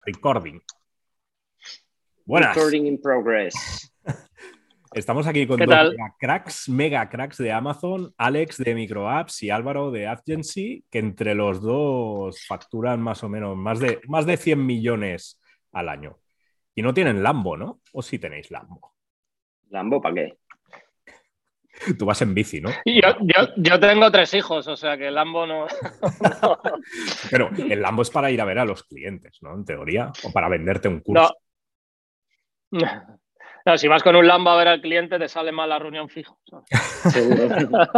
Recording. Buenas. Recording in progress. Estamos aquí con dos mega cracks de Amazon, Alex de Microapps y Álvaro de Agency, que entre los dos facturan más o menos más de 100 millones al año. Y no tienen Lambo, ¿no? ¿O sí tenéis Lambo? ¿Lambo para qué? Tú vas en bici, ¿no? Yo tengo 3 hijos, o sea que el Lambo no... no. Pero el Lambo es para ir a ver a los clientes, ¿no? En teoría, o para venderte un curso. No, si vas con un Lambo a ver al cliente, te sale mal la reunión fijo. Seguro.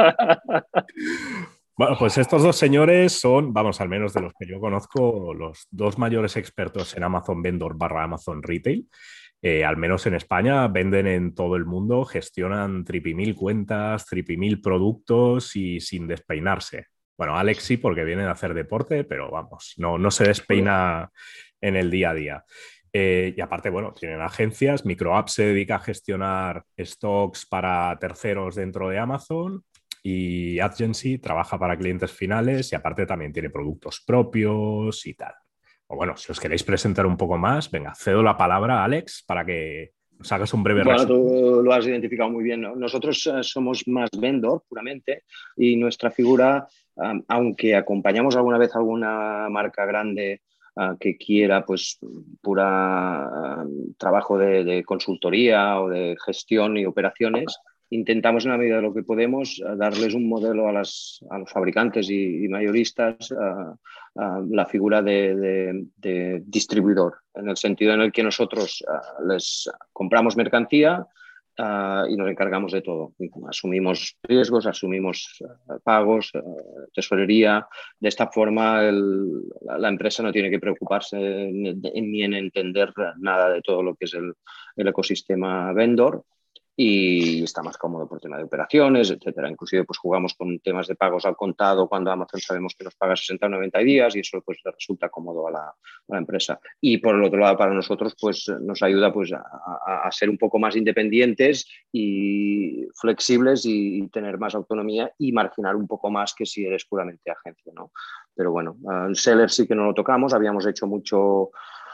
Bueno, pues estos dos señores son, vamos, al menos de los que yo conozco, los dos mayores expertos en Amazon Vendor / Amazon Retail. Al menos en España, venden en todo el mundo, gestionan 3.000 cuentas, 3.000 productos y sin despeinarse. Bueno, Alex sí, porque viene a hacer deporte, pero vamos, no se despeina en el día a día. Y aparte, bueno, tienen agencias. Microapps se dedica a gestionar stocks para terceros dentro de Amazon y Agency trabaja para clientes finales y aparte también tiene productos propios y tal. O bueno, si os queréis presentar un poco más, venga, cedo la palabra a Alex para que nos hagas un breve resumen. Tú lo has identificado muy bien, ¿no? Nosotros somos más vendor puramente y nuestra figura, aunque acompañamos alguna vez a alguna marca grande que quiera pues pura trabajo de consultoría o de gestión y operaciones, intentamos en la medida de lo que podemos darles un modelo a los fabricantes y mayoristas, la figura de distribuidor, en el sentido en el que nosotros les compramos mercancía y nos encargamos de todo. Asumimos riesgos, asumimos pagos, tesorería. De esta forma la empresa no tiene que preocuparse ni en entender nada de todo lo que es el ecosistema vendor. Y está más cómodo por tema de operaciones, etcétera. Inclusive pues jugamos con temas de pagos al contado cuando Amazon sabemos que nos paga 60 o 90 días y eso pues le resulta cómodo a la empresa. Y por el otro lado para nosotros pues nos ayuda pues a ser un poco más independientes y flexibles y tener más autonomía y marginar un poco más que si eres puramente agencia, ¿no? Pero bueno, el seller sí que no lo tocamos, habíamos hecho mucho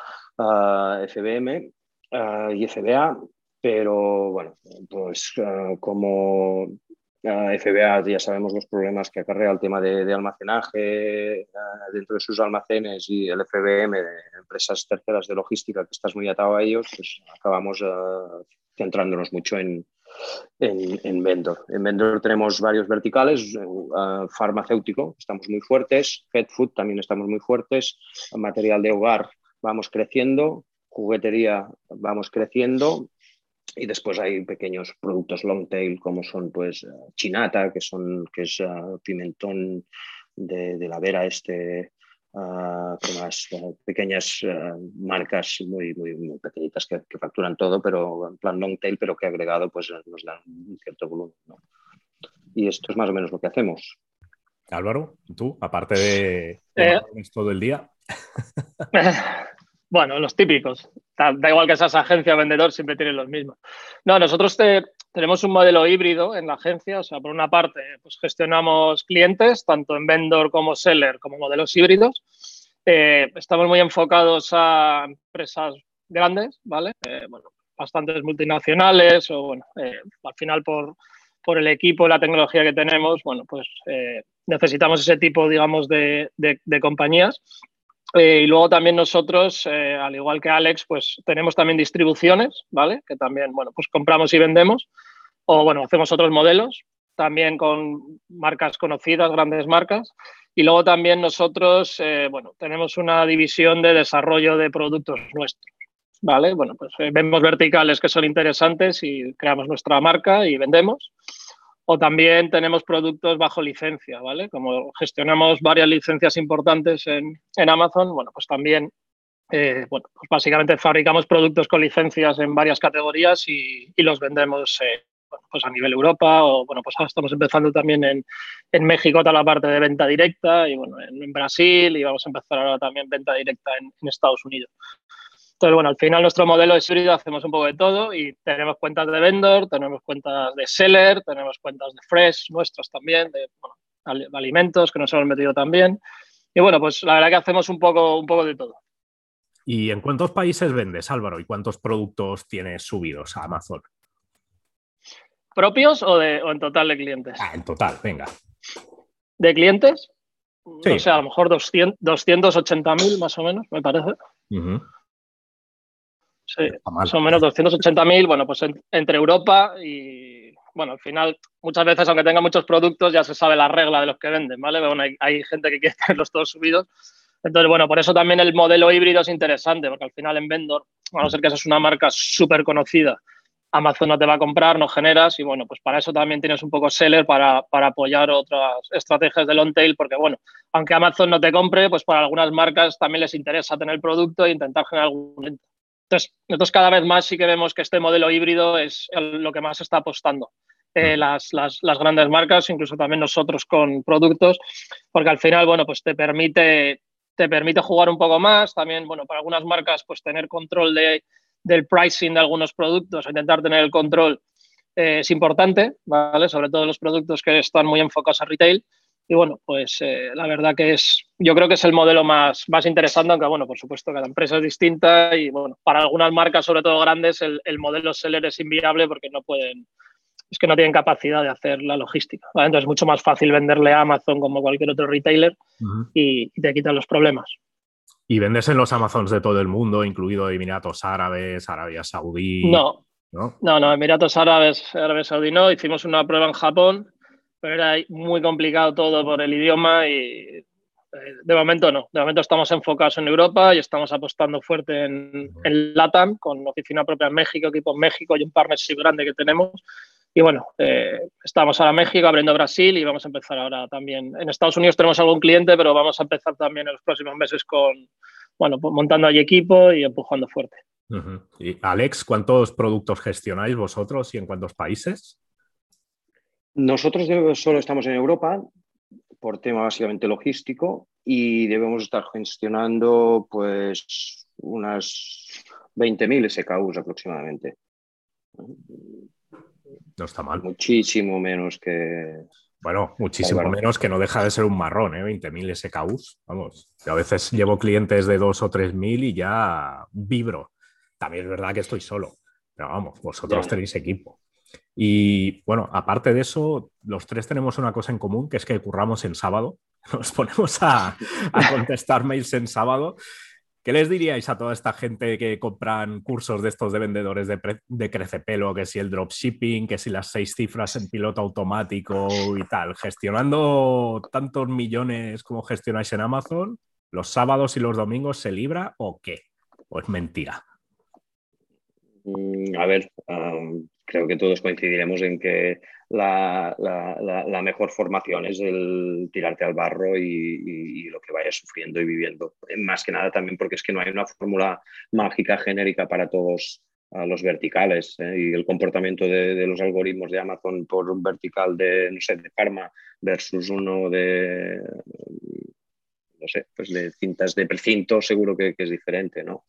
FBM y FBA. Pero bueno, pues como FBA ya sabemos los problemas que acarrea el tema de almacenaje dentro de sus almacenes y el FBM de empresas terceras de logística que estás muy atado a ellos, pues acabamos centrándonos mucho en vendor. En vendor tenemos varios verticales, farmacéutico, estamos muy fuertes, pet food también estamos muy fuertes, material de hogar vamos creciendo, juguetería vamos creciendo. Y después hay pequeños productos long tail como son pues chinata, que es pimentón de la Vera más pequeñas marcas muy pequeñitas que facturan todo, pero en plan long tail, pero que agregado pues nos dan un cierto volumen, ¿no? Y esto es más o menos lo que hacemos. Álvaro, tú, aparte de todo el día. Bueno, los típicos. Da igual que seas agencia o vendedor, siempre tienen los mismos. No, nosotros tenemos un modelo híbrido en la agencia. O sea, por una parte, pues gestionamos clientes, tanto en vendor como seller, como modelos híbridos. Estamos muy enfocados a empresas grandes, ¿vale? Bueno, bastantes multinacionales o, bueno, al final por el equipo y la tecnología que tenemos, bueno, pues necesitamos ese tipo, digamos, de compañías. Y luego también nosotros, al igual que Alex, pues tenemos también distribuciones, ¿vale? Que también, bueno, pues compramos y vendemos. O, bueno, hacemos otros modelos, también con marcas conocidas, grandes marcas. Y luego también nosotros, bueno, tenemos una división de desarrollo de productos nuestros, ¿vale? Bueno, pues vemos verticales que son interesantes y creamos nuestra marca y vendemos. O también tenemos productos bajo licencia, ¿vale? Como gestionamos varias licencias importantes en Amazon, bueno, pues también, bueno, pues básicamente fabricamos productos con licencias en varias categorías y los vendemos bueno, pues a nivel Europa o, bueno, pues ahora estamos empezando también en México toda la parte de venta directa y, bueno, en Brasil y vamos a empezar ahora también venta directa en Estados Unidos. Entonces, bueno, al final nuestro modelo es híbrido, hacemos un poco de todo y tenemos cuentas de vendor, tenemos cuentas de seller, tenemos cuentas de fresh nuestras también, de alimentos que nos hemos metido también. Y bueno, pues la verdad que hacemos un poco de todo. ¿Y en cuántos países vendes, Álvaro? ¿Y cuántos productos tienes subidos a Amazon? ¿Propios o en total de clientes? En total, venga. ¿De clientes? Sí. No sé, a lo mejor 280.000 más o menos, me parece. Sí, más o menos 280.000, bueno, pues entre Europa y, bueno, al final, muchas veces, aunque tenga muchos productos, ya se sabe la regla de los que venden, ¿vale? Pero bueno, hay gente que quiere tenerlos todos subidos. Entonces, bueno, por eso también el modelo híbrido es interesante, porque al final en Vendor, a no ser que seas una marca súper conocida, Amazon no te va a comprar, no generas, y bueno, pues para eso también tienes un poco seller para apoyar otras estrategias de long tail, porque bueno, aunque Amazon no te compre, pues para algunas marcas también les interesa tener el producto e intentar generar algún venta. Entonces, nosotros cada vez más sí que vemos que este modelo híbrido es lo que más está apostando. Las grandes marcas, incluso también nosotros con productos, porque al final, bueno, pues te permite jugar un poco más. También, bueno, para algunas marcas, pues tener control del pricing de algunos productos, intentar tener el control es importante, ¿vale? Sobre todo los productos que están muy enfocados a retail. Y bueno, pues la verdad que yo creo que es el modelo más interesante, aunque bueno, por supuesto cada empresa es distinta y bueno, para algunas marcas, sobre todo grandes, el modelo seller es inviable porque es que no tienen capacidad de hacer la logística, ¿vale? Entonces es mucho más fácil venderle a Amazon como cualquier otro retailer y te quitan los problemas. ¿Y vendes en los Amazons de todo el mundo, incluido Emiratos Árabes, Arabia Saudí? No, Emiratos Árabes, Arabia Saudí no. Hicimos una prueba en Japón, pero era muy complicado todo por el idioma y de momento no. De momento estamos enfocados en Europa y estamos apostando fuerte en LATAM, con oficina propia en México, equipo en México y un partnership grande que tenemos. Y bueno, estamos ahora en México, abriendo Brasil y vamos a empezar ahora también. En Estados Unidos tenemos algún cliente, pero vamos a empezar también en los próximos meses montando allí equipo y empujando fuerte. Y Alex, ¿cuántos productos gestionáis vosotros y en cuántos países? Nosotros solo estamos en Europa por tema básicamente logístico y debemos estar gestionando pues unas 20.000 SKUs aproximadamente. No está mal. Muchísimo menos que... Bueno, muchísimo menos, que no deja de ser un marrón, 20.000 SKUs. Vamos, yo a veces llevo clientes de 2.000 o 3.000 y ya vibro. También es verdad que estoy solo, pero vamos, vosotros tenéis equipo. Y bueno, aparte de eso, los tres tenemos una cosa en común, que es que curramos en sábado. Nos ponemos a contestar mails en sábado. ¿Qué les diríais a toda esta gente que compran cursos de estos de vendedores de crecepelo, que si el dropshipping, que si las 6 cifras en piloto automático y tal? Gestionando tantos millones como gestionáis en Amazon, ¿los sábados y los domingos se libra o qué? ¿O es mentira? A ver, creo que todos coincidiremos en que la mejor formación es el tirarte al barro y lo que vayas sufriendo y viviendo. Más que nada también porque es que no hay una fórmula mágica genérica para todos los verticales, y el comportamiento de los algoritmos de Amazon por un vertical de, no sé, de Pharma versus uno de, no sé, pues de cintas de precinto, seguro que es diferente, ¿no?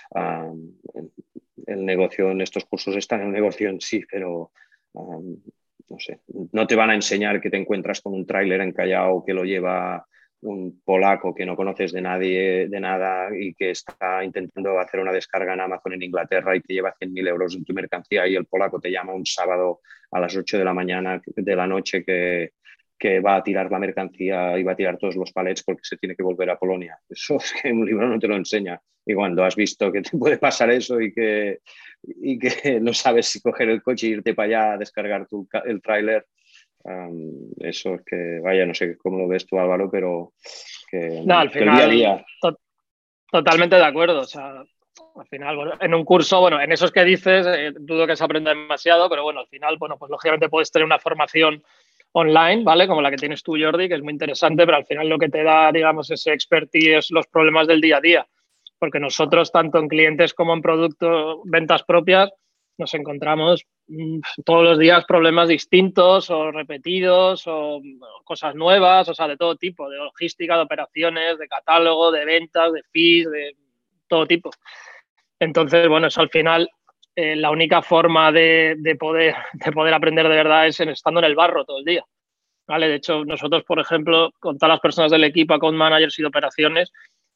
El negocio en estos cursos está en el negocio en sí, pero no sé, no te van a enseñar que te encuentras con un tráiler encallado que lo lleva un polaco que no conoces de nadie, de nada, y que está intentando hacer una descarga en Amazon en Inglaterra y te lleva 100.000 euros en tu mercancía, y el polaco te llama un sábado a las 8 de la mañana, de la noche, que va a tirar la mercancía y va a tirar todos los palets porque se tiene que volver a Polonia. Eso es que un libro no te lo enseña. Y cuando has visto que te puede pasar eso y que no sabes si coger el coche e irte para allá a descargar el tráiler, eso es que, vaya, no sé cómo lo ves tú, Álvaro, pero que, no, al final, el día a día... Totalmente de acuerdo. O sea, al final, bueno, en un curso, bueno, en esos que dices, dudo que se aprenda demasiado, pero bueno, al final, bueno, pues lógicamente puedes tener una formación online, ¿vale? Como la que tienes tú, Jordi, que es muy interesante, pero al final lo que te da, digamos, ese expertise es los problemas del día a día. Porque nosotros, tanto en clientes como en productos, ventas propias, nos encontramos todos los días problemas distintos o repetidos o cosas nuevas, o sea, de todo tipo, de logística, de operaciones, de catálogo, de ventas, de fees, de todo tipo. Entonces, bueno, eso al final, la única forma de poder aprender de verdad es estando en el barro todo el día. ¿Vale? De hecho, nosotros, por ejemplo, con todas las personas del equipo, account managers y de operaciones,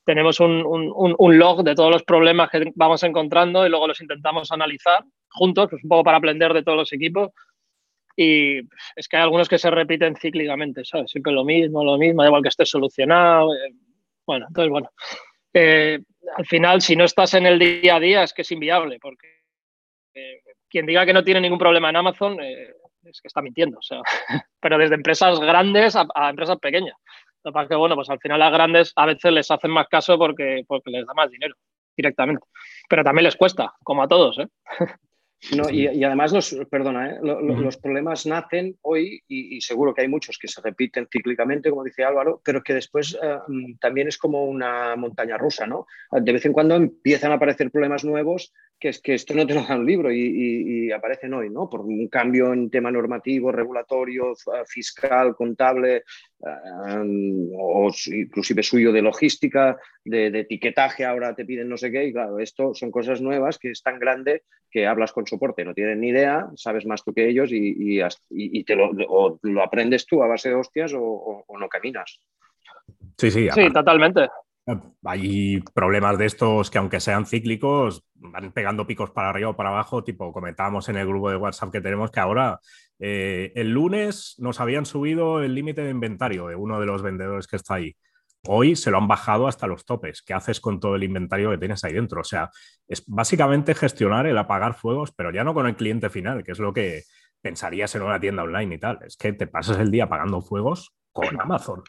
tenemos un log de todos los problemas que vamos encontrando y luego los intentamos analizar juntos, pues un poco para aprender de todos los equipos. Y es que hay algunos que se repiten cíclicamente, ¿sabes? Siempre lo mismo, da igual que esté solucionado. Bueno, entonces, bueno. Al final, si no estás en el día a día, es que es inviable, porque quien diga que no tiene ningún problema en Amazon es que está mintiendo. O sea, pero desde empresas grandes a empresas pequeñas. Lo que pasa es que, bueno, pues al final las grandes a veces les hacen más caso porque les da más dinero directamente. Pero también les cuesta, como a todos, ¿eh? No, y además, los problemas nacen hoy y seguro que hay muchos que se repiten cíclicamente, como dice Álvaro, pero que después también es como una montaña rusa, ¿no? De vez en cuando empiezan a aparecer problemas nuevos que es que esto no te lo da un libro y aparecen hoy, ¿no? Por un cambio en tema normativo, regulatorio, fiscal, contable, o inclusive suyo de logística, de etiquetaje, ahora te piden no sé qué, y claro, esto son cosas nuevas que es tan grande que hablas con soporte, no tienen ni idea, sabes más tú que ellos y o lo aprendes tú a base de hostias o no caminas. Sí, sí, totalmente. Hay problemas de estos que, aunque sean cíclicos, van pegando picos para arriba o para abajo. Tipo, comentábamos en el grupo de WhatsApp que tenemos que ahora el lunes nos habían subido el límite de inventario de uno de los vendedores que está ahí. Hoy se lo han bajado hasta los topes. ¿Qué haces con todo el inventario que tienes ahí dentro? O sea, es básicamente gestionar el apagar fuegos, pero ya no con el cliente final, que es lo que pensarías en una tienda online y tal. Es que te pasas el día apagando fuegos con Amazon.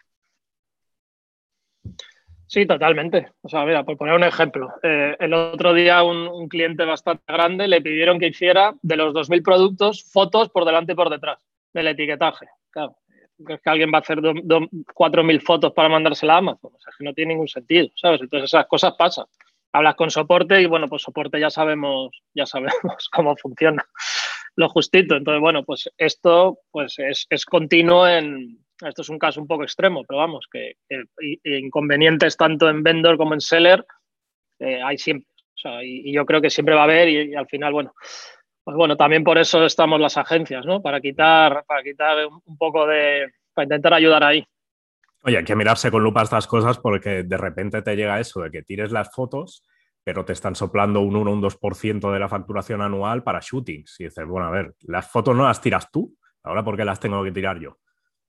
Sí, totalmente. O sea, mira, por poner un ejemplo, el otro día un cliente bastante grande le pidieron que hiciera de los 2.000 productos fotos por delante y por detrás del etiquetaje. Claro, ¿crees que alguien va a hacer 4.000 fotos para mandársela a Amazon? O sea, que no tiene ningún sentido, ¿sabes? Entonces esas cosas pasan. Hablas con soporte y, bueno, pues soporte ya sabemos cómo funciona lo justito. Entonces, bueno, pues esto pues es continuo en... Esto es un caso un poco extremo, pero vamos, que inconvenientes tanto en vendor como en seller hay siempre. O sea, y yo creo que siempre va a haber y al final, bueno, pues bueno, también por eso estamos las agencias, ¿no? Para quitar un poco de... para intentar ayudar ahí. Oye, hay que mirarse con lupa estas cosas porque de repente te llega eso de que tires las fotos, pero te están soplando un 1 o un 2% de la facturación anual para shootings. Y dices, bueno, a ver, las fotos no las tiras tú, ahora ¿por qué las tengo que tirar yo?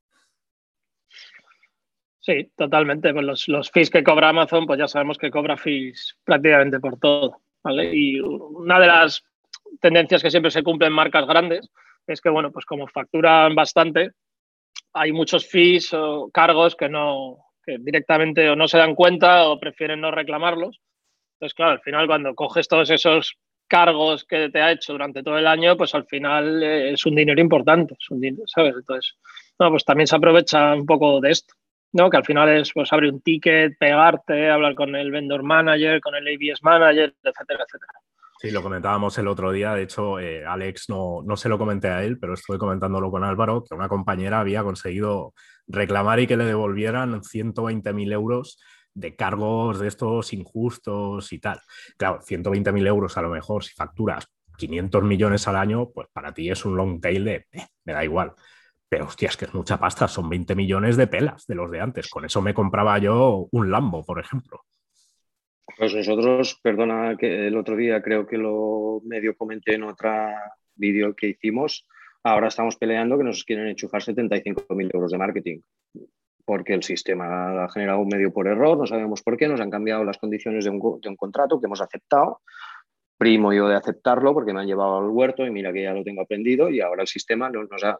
Sí, totalmente. Pues los fees que cobra Amazon, pues ya sabemos que cobra fees prácticamente por todo, ¿vale? Y una de las tendencias que siempre se cumplen en marcas grandes es que, bueno, pues como facturan bastante, hay muchos fees o cargos que directamente o no se dan cuenta o prefieren no reclamarlos. Entonces, claro, al final cuando coges todos esos cargos que te ha hecho durante todo el año, pues al final es un dinero importante, es un dinero, ¿sabes? Entonces, no, pues también se aprovecha un poco de esto, ¿no? Que al final es pues abrir un ticket, pegarte, hablar con el vendor manager, con el ABS manager, etcétera, etcétera. Sí, lo comentábamos el otro día. De hecho, Alex no se lo comenté a él, pero estuve comentándolo con Álvaro, que una compañera había conseguido reclamar y que le devolvieran 120.000 euros de cargos de estos injustos y tal. Claro, 120.000 euros a lo mejor, si facturas 500 millones al año, pues para ti es un long tail de, me da igual. Pero hostia, es que es mucha pasta, son 20 millones de pelas de los de antes. Con eso me compraba yo un Lambo, por ejemplo. Pues nosotros, perdona que el otro día creo que lo medio comenté en otro vídeo que hicimos, ahora estamos peleando que nos quieren enchufar 75.000 euros de marketing, porque el sistema ha generado un medio por error, no sabemos por qué, nos han cambiado las condiciones de un contrato que hemos aceptado, primo yo de aceptarlo porque me han llevado al huerto y mira que ya lo tengo aprendido y ahora el sistema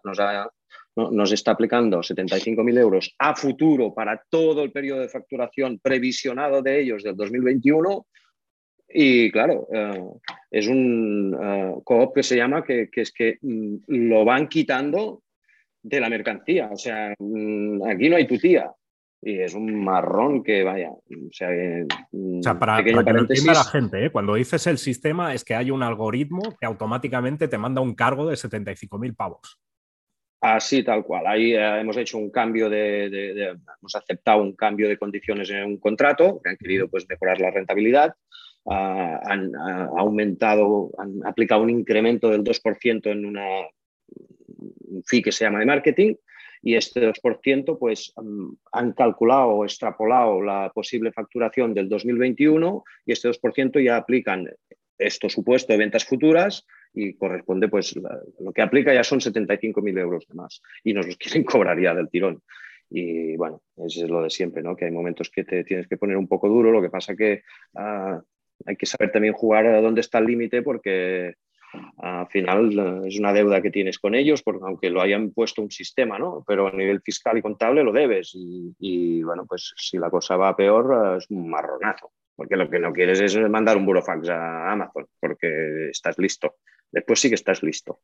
nos está aplicando 75.000 euros a futuro para todo el periodo de facturación previsionado de ellos del 2021 y claro, es un co-op que se llama que es que lo van quitando de la mercancía, o sea, aquí no hay tu tía. Y es un marrón que vaya. O sea, Para pequeño que lo entienda la paréntesis. gente, cuando dices el sistema es que hay un algoritmo que automáticamente te manda un cargo de 75.000 pavos. Así, tal cual. Ahí hemos hecho un cambio hemos aceptado un cambio de condiciones en un contrato, que han querido pues, mejorar la rentabilidad. Han aumentado, han aplicado un incremento del 2% en un fee que se llama de marketing y este 2% pues han calculado o extrapolado la posible facturación del 2021 y este 2% ya aplican esto supuesto de ventas futuras y corresponde, pues lo que aplica ya son 75.000 euros de más y nos los quieren cobrar ya del tirón. Y bueno, eso es lo de siempre, ¿no? Que hay momentos que te tienes que poner un poco duro, lo que pasa que hay que saber también jugar a dónde está el límite porque al final es una deuda que tienes con ellos, porque aunque lo hayan puesto un sistema, ¿no? Pero a nivel fiscal y contable lo debes y bueno, pues si la cosa va peor es un marronazo, porque lo que no quieres es mandar un burofax a Amazon, porque estás listo. Después sí que estás listo.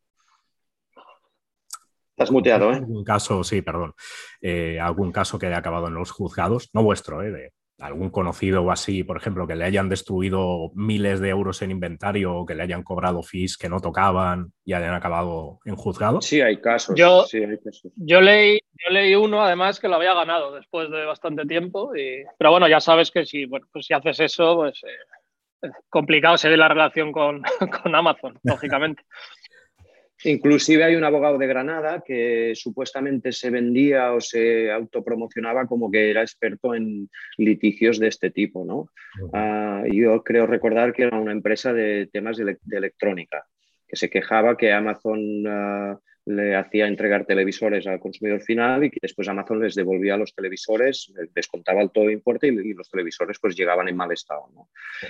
Estás muteado, ¿eh? Algún caso, sí, perdón. Algún caso que haya acabado en los juzgados, no vuestro, de algún conocido o así, por ejemplo, que le hayan destruido miles de euros en inventario o que le hayan cobrado fees que no tocaban y hayan acabado en juzgado. Sí, hay casos. Yo leí uno, además, que lo había ganado después de bastante tiempo. Pero bueno, ya sabes que si haces eso, pues es complicado seguir la relación con Amazon, lógicamente. Inclusive hay un abogado de Granada que supuestamente se vendía o se autopromocionaba como que era experto en litigios de este tipo, ¿no? Yo creo recordar que era una empresa de temas de electrónica, que se quejaba que Amazon le hacía entregar televisores al consumidor final y que después Amazon les devolvía los televisores, les descontaba el todo importe y los televisores pues llegaban en mal estado, ¿no?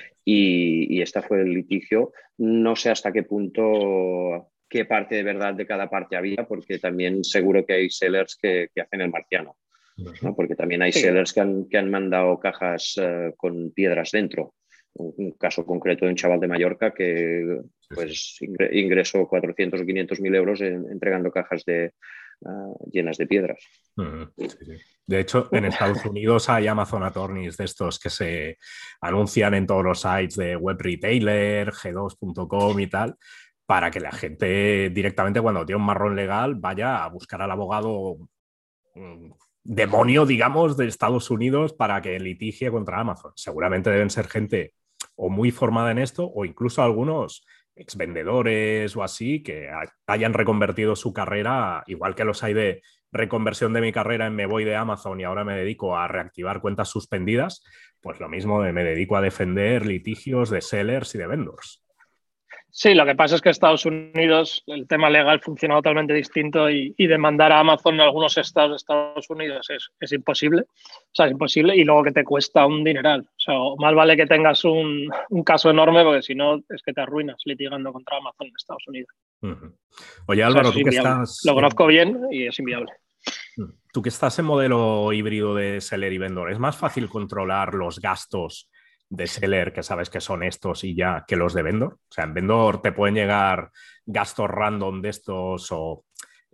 Y este fue el litigio. No sé hasta qué punto... qué parte de verdad de cada parte había, porque también seguro que hay sellers que hacen el marciano, ¿no? Porque también hay sellers que han mandado cajas con piedras dentro. Un caso concreto de un chaval de Mallorca que pues ingresó 400 o 500.000 euros entregando cajas llenas de piedras. De hecho, en Estados Unidos hay Amazon Attorneys de estos que se anuncian en todos los sites de web retailer, g2.com y tal, para que la gente directamente cuando tiene un marrón legal vaya a buscar al abogado demonio, digamos, de Estados Unidos para que litigie contra Amazon. Seguramente deben ser gente o muy formada en esto o incluso algunos exvendedores o así que hayan reconvertido su carrera, igual que los hay de reconversión de mi carrera en me voy de Amazon y ahora me dedico a reactivar cuentas suspendidas, pues lo mismo de me dedico a defender litigios de sellers y de vendors. Sí, lo que pasa es que en Estados Unidos el tema legal funciona totalmente distinto y demandar a Amazon en algunos estados de Estados Unidos es imposible. O sea, es imposible y luego que te cuesta un dineral. O sea, más vale que tengas un caso enorme porque si no es que te arruinas litigando contra Amazon en Estados Unidos. Oye, Álvaro, tú que estás... Lo conozco bien y es inviable. Tú que estás en modelo híbrido de seller y vendor, ¿es más fácil controlar los gastos de seller que sabes que son estos y ya que los de vendor? O sea, en vendor te pueden llegar gastos random de estos o,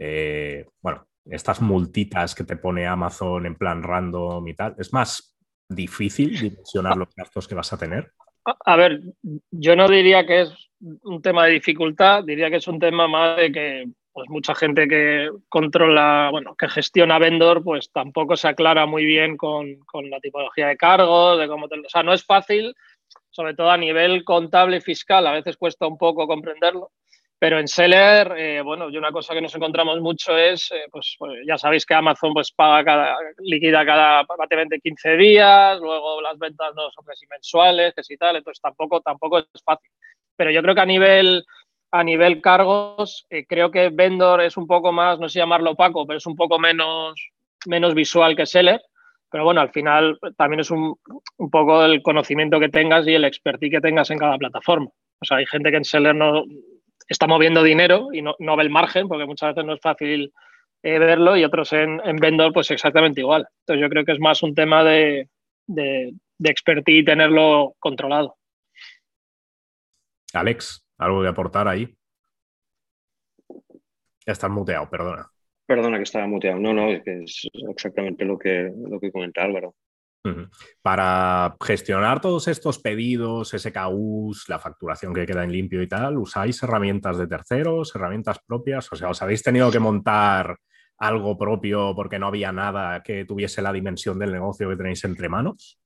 bueno, estas multitas que te pone Amazon en plan random y tal. ¿Es más difícil dimensionar los gastos que vas a tener? A ver, yo no diría que es un tema de dificultad, diría que es un tema más de que pues mucha gente que controla, bueno, que gestiona vendor, pues tampoco se aclara muy bien con la tipología de cargos, de cómo o sea, no es fácil, sobre todo a nivel contable y fiscal, a veces cuesta un poco comprenderlo, pero en seller, bueno, y una cosa que nos encontramos mucho es, pues ya sabéis que Amazon pues liquida cada prácticamente 15 días, luego las ventas no son casi mensuales, que si tal, entonces tampoco es fácil. Pero yo creo que a nivel cargos, creo que vendor es un poco más, no sé llamarlo opaco, pero es un poco menos visual que seller. Pero bueno, al final también es un poco el conocimiento que tengas y el expertise que tengas en cada plataforma. O sea, hay gente que en seller no está moviendo dinero y no ve el margen porque muchas veces no es fácil verlo y otros en vendor pues exactamente igual. Entonces yo creo que es más un tema de expertise y tenerlo controlado. Alex, ¿algo de aportar ahí? Ya estás muteado, perdona. Perdona que estaba muteado. No, es que es exactamente lo que comenta Álvaro. Para gestionar todos estos pedidos, SKUs, la facturación que queda en limpio y tal, ¿usáis herramientas de terceros, herramientas propias? O sea, ¿os habéis tenido que montar algo propio porque no había nada que tuviese la dimensión del negocio que tenéis entre manos?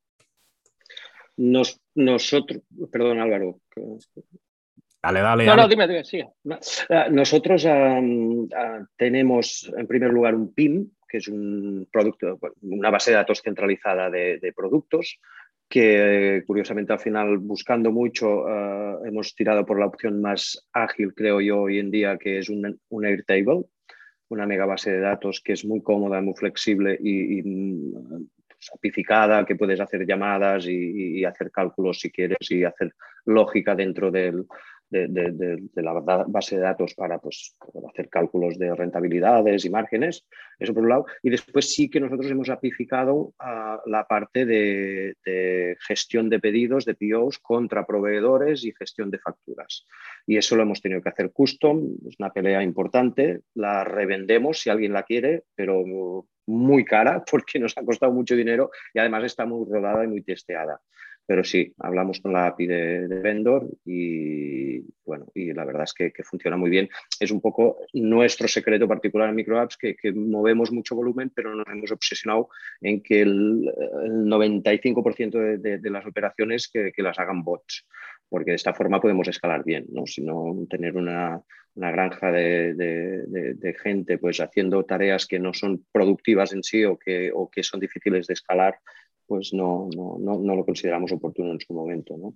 Nosotros, perdón Álvaro. Dale. No, dime, sí. Nosotros tenemos en primer lugar un PIM, que es un producto, una base de datos centralizada de productos, que curiosamente al final, buscando mucho, hemos tirado por la opción más ágil, creo yo, hoy en día, que es un Airtable, una mega base de datos que es muy cómoda, muy flexible y apificada, que puedes hacer llamadas y hacer cálculos si quieres y hacer lógica dentro de la base de datos para pues, hacer cálculos de rentabilidades y márgenes, eso por un lado. Y después sí que nosotros hemos apificado la parte de gestión de pedidos, de POs contra proveedores y gestión de facturas. Y eso lo hemos tenido que hacer custom, es una pelea importante, la revendemos si alguien la quiere, pero muy cara porque nos ha costado mucho dinero y además está muy rodada y muy testeada. Pero sí, hablamos con la API de Vendor y bueno, y la verdad es que funciona muy bien. Es un poco nuestro secreto particular en microapps, que movemos mucho volumen, pero nos hemos obsesionado en que el 95% de las operaciones que las hagan bots, porque de esta forma podemos escalar bien, ¿no? Si no, tener una granja de gente pues haciendo tareas que no son productivas en sí o que son difíciles de escalar, pues no lo consideramos oportuno en su momento, ¿no?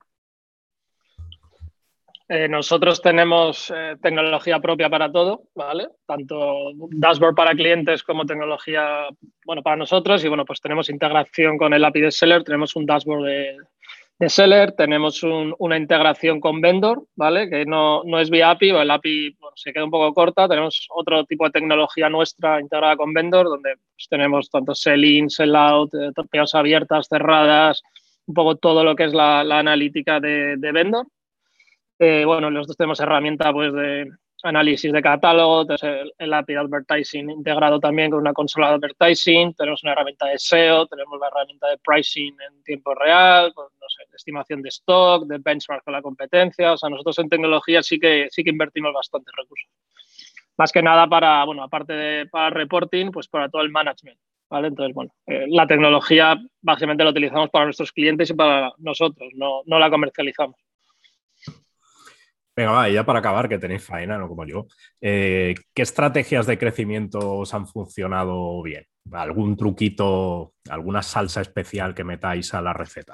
Nosotros tenemos tecnología propia para todo, ¿vale? Tanto dashboard para clientes como tecnología, bueno, para nosotros. Y bueno, pues tenemos integración con el API de Seller, tenemos un dashboard de Seller, tenemos una integración con Vendor, ¿vale? Que no es vía API, o el API bueno, se queda un poco corta. Tenemos otro tipo de tecnología nuestra integrada con Vendor, donde pues, tenemos tanto sell-in, sell-out, POs abiertas, cerradas, un poco todo lo que es la analítica de Vendor. Bueno, nosotros tenemos herramienta pues, de análisis de catálogo, el API de Advertising integrado también con una consola de Advertising, tenemos una herramienta de SEO, tenemos la herramienta de Pricing en tiempo real, pues, no sé, de estimación de stock, de benchmark con la competencia. O sea, nosotros en tecnología sí que invertimos bastantes recursos. Más que nada para, bueno, aparte de para reporting, pues para todo el management, ¿vale? Entonces, bueno, la tecnología básicamente la utilizamos para nuestros clientes y para nosotros, no la comercializamos. Venga, va, y ya para acabar, que tenéis faena, no como yo. ¿Qué estrategias de crecimiento os han funcionado bien? ¿Algún truquito, alguna salsa especial que metáis a la receta?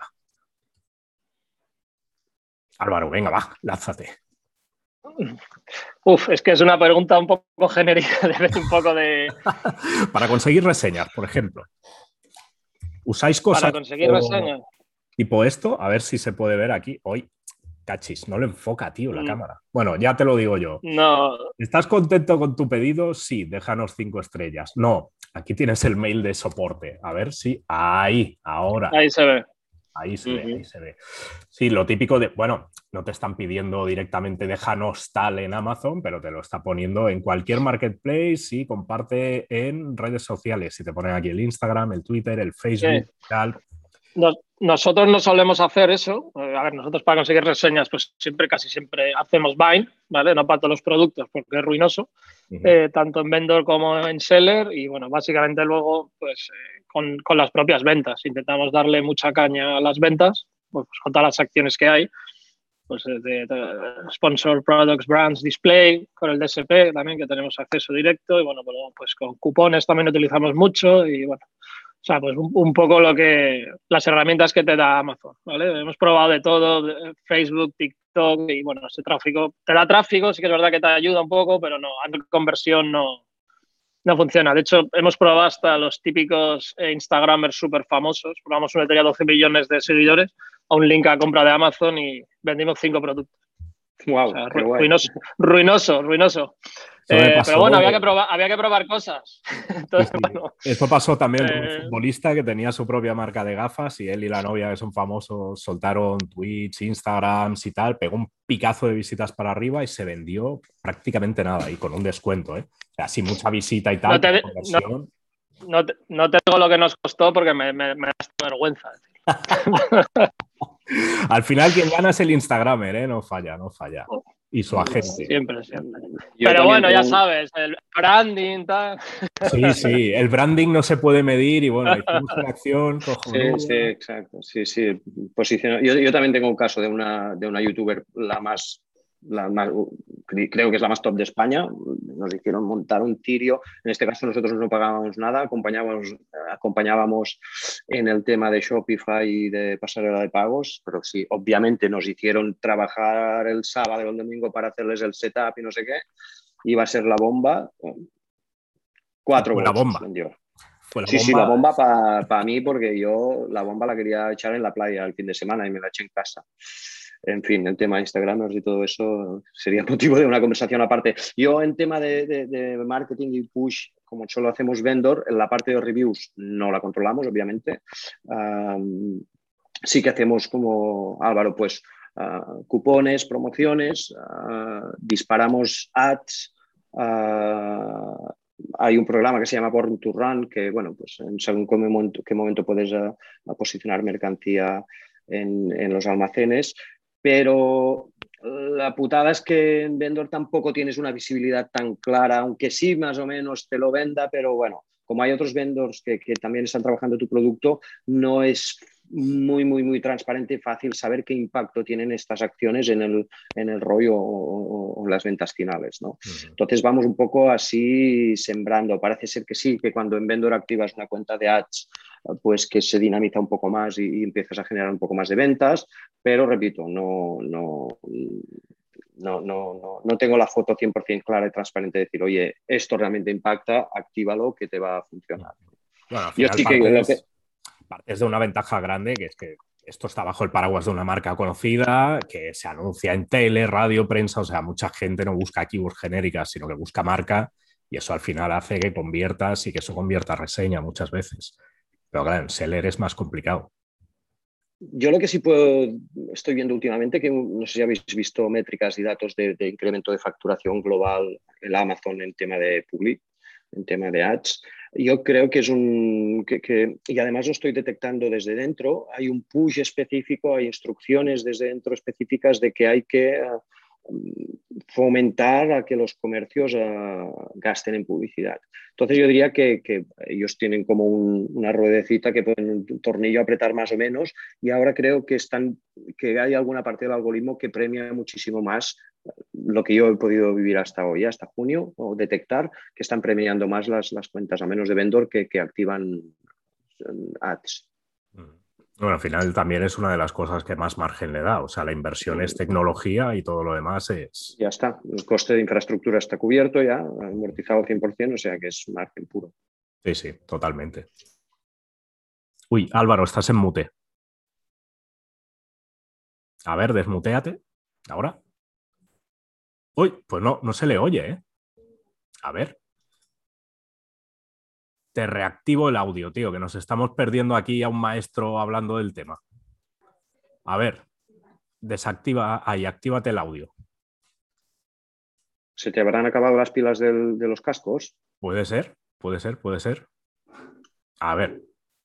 Álvaro, venga, va, lánzate. Es que es una pregunta un poco genérica, depende un poco de... Para conseguir reseñas, por ejemplo. ¿Usáis cosas para conseguir reseñas? Tipo esto? A ver si se puede ver aquí. Hoy, cachis, no lo enfoca, tío, la cámara. Bueno, ya te lo digo yo. No. ¿Estás contento con tu pedido? Sí, déjanos 5 estrellas. No, aquí tienes el mail de soporte. A ver si... Ahí, ahora. Ahí se ve. Ahí se ve, ahí se ve. Sí, lo típico de, bueno, no te están pidiendo directamente déjanos tal en Amazon, pero te lo está poniendo en cualquier marketplace y comparte en redes sociales. Si te ponen aquí el Instagram, el Twitter, el Facebook, tal. Nosotros no solemos hacer eso. A ver, nosotros para conseguir reseñas, pues casi siempre hacemos bind, ¿vale? No para todos los productos porque es ruinoso, tanto en Vendor como en Seller. Y bueno, básicamente luego, pues con las propias ventas. Intentamos darle mucha caña a las ventas, pues con todas las acciones que hay. Pues de Sponsor Products, Brands, Display, con el DSP también, que tenemos acceso directo. Y bueno, pues con cupones también utilizamos mucho. Y bueno, o sea, pues un poco las herramientas que te da Amazon, ¿vale? Hemos probado de todo, Facebook, TikTok, y bueno, ese tráfico, te da tráfico, sí que es verdad que te ayuda un poco, pero no, a conversión no funciona. De hecho, hemos probado hasta los típicos Instagramers súper famosos. Probamos uno que tenía 12 millones de seguidores a un link a compra de Amazon y vendimos 5 productos. Wow, o sea, ruinoso. Pero bueno, había que probar cosas. Entonces, sí. Bueno, esto pasó también con un futbolista que tenía su propia marca de gafas y él y la novia, que son famosos, soltaron tweets, Instagrams y tal, pegó un picazo de visitas para arriba y se vendió prácticamente nada y con un descuento, ¿eh? O sea, sin mucha visita y tal. No te digo lo que nos costó porque me da vergüenza. Al final quien gana es el Instagramer, ¿eh? No falla. Y su agente. Siempre. Pero bueno, ya sabes, el branding, tal. Sí, el branding no se puede medir y bueno, hicimos una acción cojonuda. Sí, exacto. Sí. Yo también tengo un caso de una youtuber, creo que es la más top de España, nos hicieron montar un tirio. En este caso nosotros no pagábamos nada, acompañábamos en el tema de Shopify y de pasarela de pagos, pero sí, obviamente nos hicieron trabajar el sábado y el domingo para hacerles el setup y no sé qué. Iba a ser la bomba. 4 Fue la bolsos bomba. vendió. Fue la Sí, bomba. sí, la bomba para mí, porque yo la bomba la quería echar en la playa el fin de semana y me la eché en casa. En fin, el tema de Instagramers y todo eso sería motivo de una conversación aparte. Yo en tema de marketing y push, como solo hacemos vendor, en la parte de reviews no la controlamos, obviamente. Sí que hacemos como Álvaro, pues cupones, promociones, disparamos ads. Hay un programa que se llama Born to Run, que, bueno, pues según qué momento puedes posicionar mercancía en los almacenes, pero la putada es que en Vendor tampoco tienes una visibilidad tan clara, aunque sí más o menos te lo venda, pero bueno, como hay otros vendors que también están trabajando tu producto, no es muy transparente y fácil saber qué impacto tienen estas acciones en el ROI o en las ventas finales, ¿no? Entonces vamos un poco así sembrando. Parece ser que sí, que cuando en Vendor activas una cuenta de ads, pues que se dinamiza un poco más y empiezas a generar un poco más de ventas, pero repito, no tengo la foto 100% clara y transparente de decir, oye, esto realmente impacta, actívalo que te va a funcionar. Bueno, al Yo final sí que partes de una ventaja grande, que es que esto está bajo el paraguas de una marca conocida, que se anuncia en tele, radio, prensa, o sea, mucha gente no busca keywords genéricas, sino que busca marca, y eso al final hace que conviertas y que eso convierta a reseña muchas veces. Pero claro, en seller es más complicado. Yo lo que sí estoy viendo últimamente, que no sé si habéis visto métricas y datos de incremento de facturación global en Amazon en tema de public, en tema de ads. Yo creo que es y además lo estoy detectando desde dentro, hay un push específico, hay instrucciones desde dentro específicas de que hay que fomentar a que los comercios gasten en publicidad. Entonces yo diría que ellos tienen como una ruedecita que pueden un tornillo apretar más o menos, y ahora creo que hay alguna parte del algoritmo que premia muchísimo más lo que yo he podido vivir hasta hoy, hasta junio, o detectar que están premiando más las cuentas a menos de vendor que activan ads. Bueno, al final también es una de las cosas que más margen le da. O sea, la inversión es tecnología y todo lo demás es... Ya está. El coste de infraestructura está cubierto ya, amortizado al 100%, o sea que es margen puro. Sí, sí, totalmente. Uy, Álvaro, estás en mute. A ver, desmuteate. ¿Ahora? Uy, pues no se le oye, ¿eh? A ver. Te reactivo el audio, tío, que nos estamos perdiendo aquí a un maestro hablando del tema. A ver, desactiva ahí, actívate el audio. ¿Se te habrán acabado las pilas de los cascos? Puede ser, puede ser, puede ser. A ver.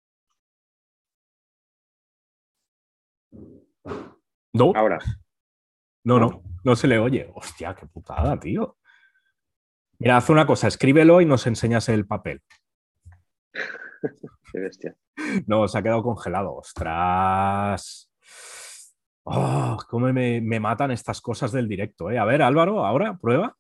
No. Ahora. No se le oye. Hostia, qué putada, tío. Mira, haz una cosa, escríbelo y nos enseñas el papel. Qué bestia. No, se ha quedado congelado. Ostras. Oh, cómo me matan estas cosas del directo, ¿eh? A ver, Álvaro, ahora, prueba.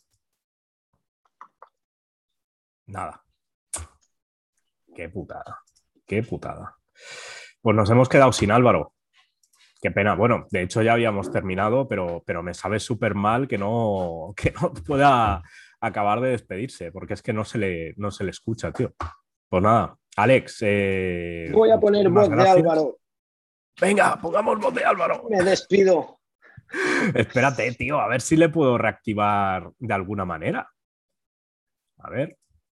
Nada. Qué putada. Qué putada. Pues nos hemos quedado sin Álvaro. Qué pena. Bueno, de hecho ya habíamos terminado, pero me sabe súper mal que no pueda acabar de despedirse, porque es que no se le escucha, tío. Pues nada, Alex. Voy a poner muchísimas voz de gracias. Álvaro. Venga, pongamos voz de Álvaro. Me despido. Espérate, tío, a ver si le puedo reactivar de alguna manera. A ver.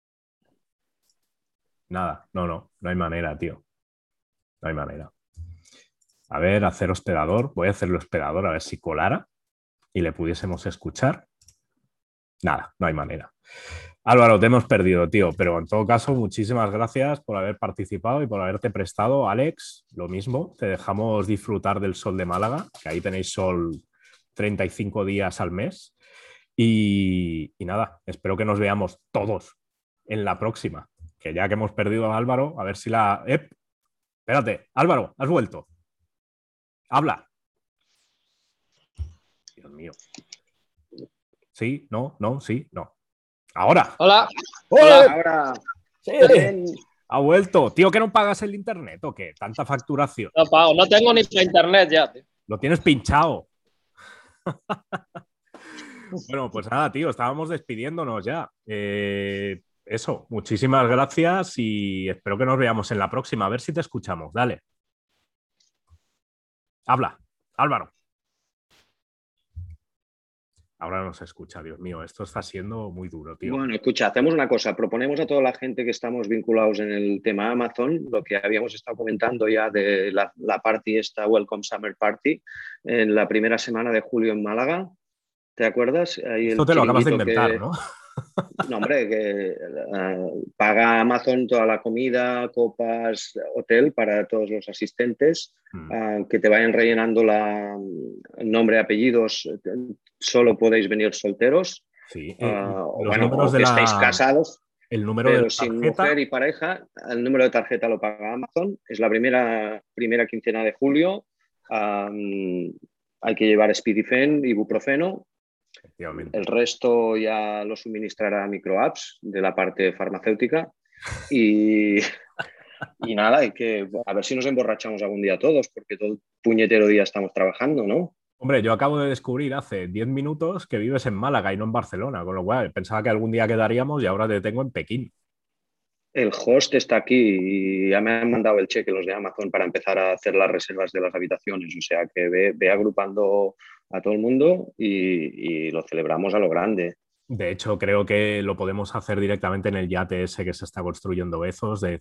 Nada, no hay manera, tío. No hay manera. A ver, hacer hospedador. Voy a hacerlo hospedador a ver si colara y le pudiésemos escuchar. Nada, no hay manera. Álvaro, te hemos perdido, tío, pero en todo caso, muchísimas gracias por haber participado y por haberte prestado. Alex, lo mismo, te dejamos disfrutar del sol de Málaga, que ahí tenéis sol 35 días al mes. Y nada, espero que nos veamos todos en la próxima, que ya que hemos perdido a Álvaro, a ver si la... Espérate, Álvaro, has vuelto. Habla. Dios mío. Sí, no, sí, no. Ahora. Hola. ¡Hola! Ahora, Sí. bien. Ha vuelto. Tío, ¿que no pagas el internet o qué? Tanta facturación. No pago, no tengo ni para internet ya, tío. Lo tienes pinchado. Bueno, pues nada, tío, estábamos despidiéndonos ya. Eso, muchísimas gracias y espero que nos veamos en la próxima. A ver si te escuchamos. Dale. Habla, Álvaro. Ahora no se escucha, Dios mío. Esto está siendo muy duro, tío. Bueno, escucha, hacemos una cosa. Proponemos a toda la gente que estamos vinculados en el tema Amazon, lo que habíamos estado comentando ya de la party esta, Welcome Summer Party, en la primera semana de julio en Málaga. ¿Te acuerdas? Ahí Esto el te lo acabas de chiringuito inventar, que, ¿no? no, hombre, que paga Amazon toda la comida, copas, hotel para todos los asistentes, que te vayan rellenando nombre, apellidos, solo podéis venir solteros, Sí. o Los bueno, números o de que estéis casados, el número de pero la sin tarjeta. mujer y pareja. El número de tarjeta lo paga Amazon, es la primera quincena de julio. Hay que llevar Spidifen, ibuprofeno. Efectivamente. El resto ya lo suministrará microapps de la parte farmacéutica y, y nada, hay que a ver si nos emborrachamos algún día todos, porque todo el puñetero día estamos trabajando, ¿no? Hombre, yo acabo de descubrir hace 10 minutos que vives en Málaga y no en Barcelona, con lo cual pensaba que algún día quedaríamos y ahora te tengo en Pekín. El host está aquí y ya me han mandado el cheque los de Amazon para empezar a hacer las reservas de las habitaciones, o sea que ve agrupando a todo el mundo y lo celebramos a lo grande. De hecho, creo que lo podemos hacer directamente en el yate ese que se está construyendo Bezos de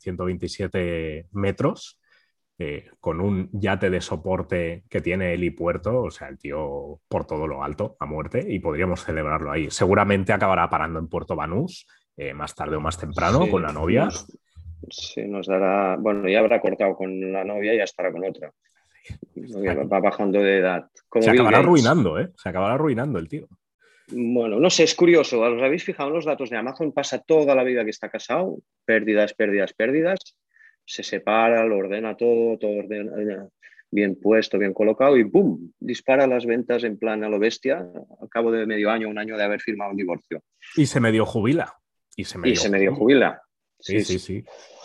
127 metros, con un yate de soporte que tiene helipuerto, o sea, el tío por todo lo alto, a muerte, y podríamos celebrarlo ahí. Seguramente acabará parando en Puerto Banús, más tarde o más temprano, con Sí, la novia. sí, nos dará, bueno, ya habrá cortado con la novia y ya estará con otra. Va bajando de edad, como Se Bill acabará Gates. arruinando, ¿eh? Se acabará arruinando el tío. Bueno, no sé, es curioso. ¿Os habéis fijado en los datos de Amazon? Pasa toda la vida que está casado, pérdidas, pérdidas, pérdidas. Se separa, lo ordena todo ordena, bien puesto, bien colocado y ¡pum! Dispara las ventas en plan a lo bestia al cabo de medio año, un año de haber firmado un divorcio. Y se medio jubila. Y se Y medio se medio jubila. jubila. Sí, Sí, sí, sí. sí.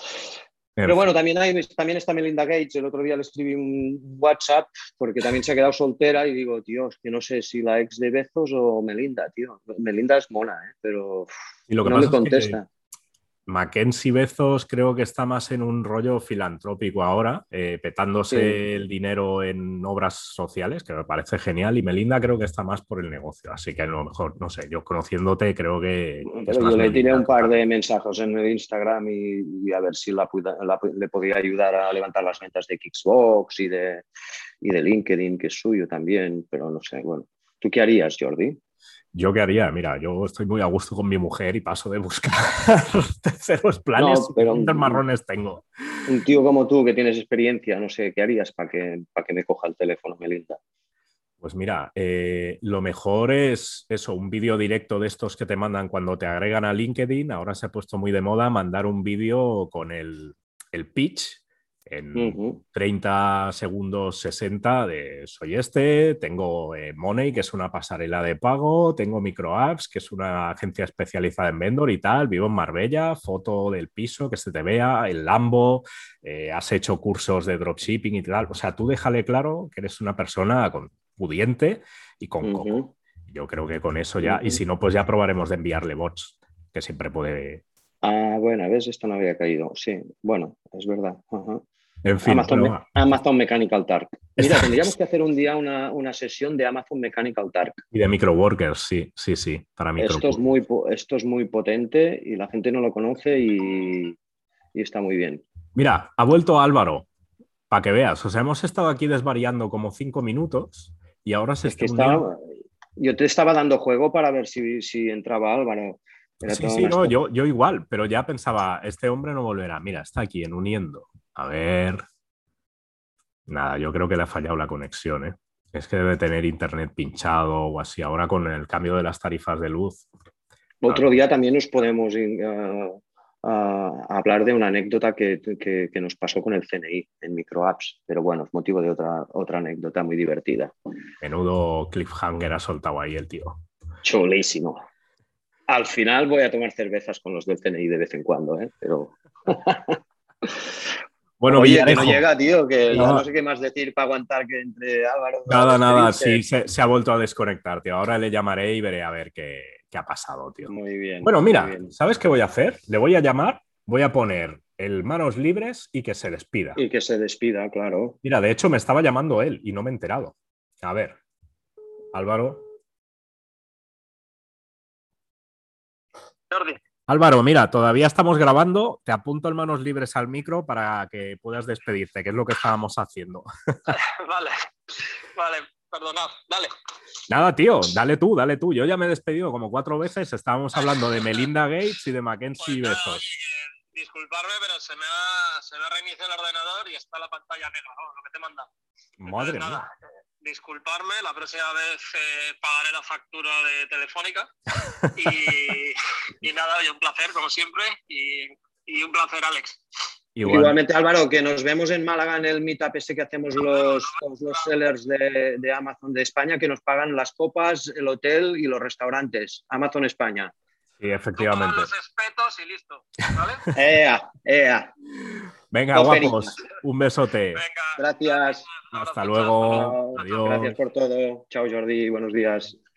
En Pero fin. bueno, también está Melinda Gates. El otro día le escribí un WhatsApp porque también se ha quedado soltera y digo, tío, es que no sé si la ex de Bezos o Melinda, tío. Melinda es mona, pero Y lo que no me pasa es que contesta. Mackenzie Bezos creo que está más en un rollo filantrópico ahora, Sí. petándose el dinero en obras sociales, que me parece genial, y Melinda creo que está más por el negocio, así que a lo mejor, no sé, yo conociéndote creo que es Pero yo más le tiré Melinda un par de totalmente. mensajes en el Instagram y a ver si le podía ayudar a levantar las ventas de Xbox y de LinkedIn, que es suyo también, pero no sé, bueno. ¿Tú qué harías, Jordi? ¿Yo qué haría? Mira, yo estoy muy a gusto con mi mujer y paso de buscar terceros planes, No, pero suficientes marrones tengo. un tío como tú que tienes experiencia, no sé, ¿qué harías para que me coja el teléfono, Melinda? Pues mira, lo mejor es eso, un vídeo directo de estos que te mandan cuando te agregan a LinkedIn. Ahora se ha puesto muy de moda mandar un vídeo con el pitch en Ujú. 30 segundos, 60 de soy este, tengo Money, que es una pasarela de pago, tengo MicroApps, que es una agencia especializada en vendor y tal, vivo en Marbella, foto del piso, que se te vea, el Lambo, has hecho cursos de dropshipping y tal. O sea, tú déjale claro que eres una persona pudiente y con coco. Ujú. Yo creo que con eso ya, y Ujú. si no, pues ya probaremos de enviarle bots, que siempre puede. Ah, bueno, ves, esto no había caído. Sí, bueno, es verdad. Ajá. En fin, bueno, va. Amazon Mechanical Turk. Mira, tendríamos Estamos. que hacer un día una sesión de Amazon Mechanical Turk. Y de microworkers, sí, sí, sí, para microcursos. Esto es muy potente y la gente no lo conoce y está muy bien. Mira, ha vuelto Álvaro, para que veas. O sea, hemos estado aquí desvariando como 5 minutos y ahora se Es está que uniendo. yo te estaba dando juego para ver si entraba Álvaro. Era Sí, toda sí, una no, estrategia. yo igual, pero ya pensaba, este hombre no volverá. Mira, está aquí en uniendo. A ver. Nada, yo creo que le ha fallado la conexión, ¿eh? Es que debe tener internet pinchado o así. Ahora con el cambio de las tarifas de luz. A Otro ver. día también nos podemos hablar de una anécdota que nos pasó con el CNI en microapps, pero bueno, es motivo de otra anécdota muy divertida. Menudo cliffhanger ha soltado ahí el tío. Chulísimo. Al final voy a tomar cervezas con los del CNI de vez en cuando, ¿eh? Pero... Bueno, Oye, que Villarejo. no llega, tío, que ya No. no sé qué más decir para aguantar que entre Álvaro a Nada, despedirse. sí, se ha vuelto a desconectar, tío. Ahora le llamaré y veré a ver qué ha pasado, tío. Muy bien, Bueno, muy mira, bien. ¿sabes qué voy a hacer? Le voy a llamar, voy a poner el manos libres y que se despida. Y que se despida, claro. Mira, de hecho me estaba llamando él y no me he enterado. A ver, Álvaro. Jordi. Álvaro, mira, todavía estamos grabando. Te apunto el manos libres al micro para que puedas despedirte, que es lo que estábamos haciendo. Vale, perdonad, dale. Nada, tío, dale tú. Yo ya me he despedido como 4 veces. Estábamos hablando de Melinda Gates y de Mackenzie Bezos. Oye, disculparme, pero se me ha reiniciado el ordenador y está la pantalla negra, lo que te manda. Madre mía. Disculparme, la próxima vez pagaré la factura de Telefónica y nada, oye, un placer como siempre y un placer, Alex. Igualmente, Álvaro, que nos vemos en Málaga en el meetup ese que hacemos todos los sellers de Amazon de España, que nos pagan las copas, el hotel y los restaurantes. Amazon España. Sí, efectivamente. Tú pagas los espetos y listo, ¿vale? ¡Ea! Venga, guapos, un besote. Venga, gracias. Hasta luego. Chao. Adiós. Gracias por todo. Chao, Jordi. Buenos días.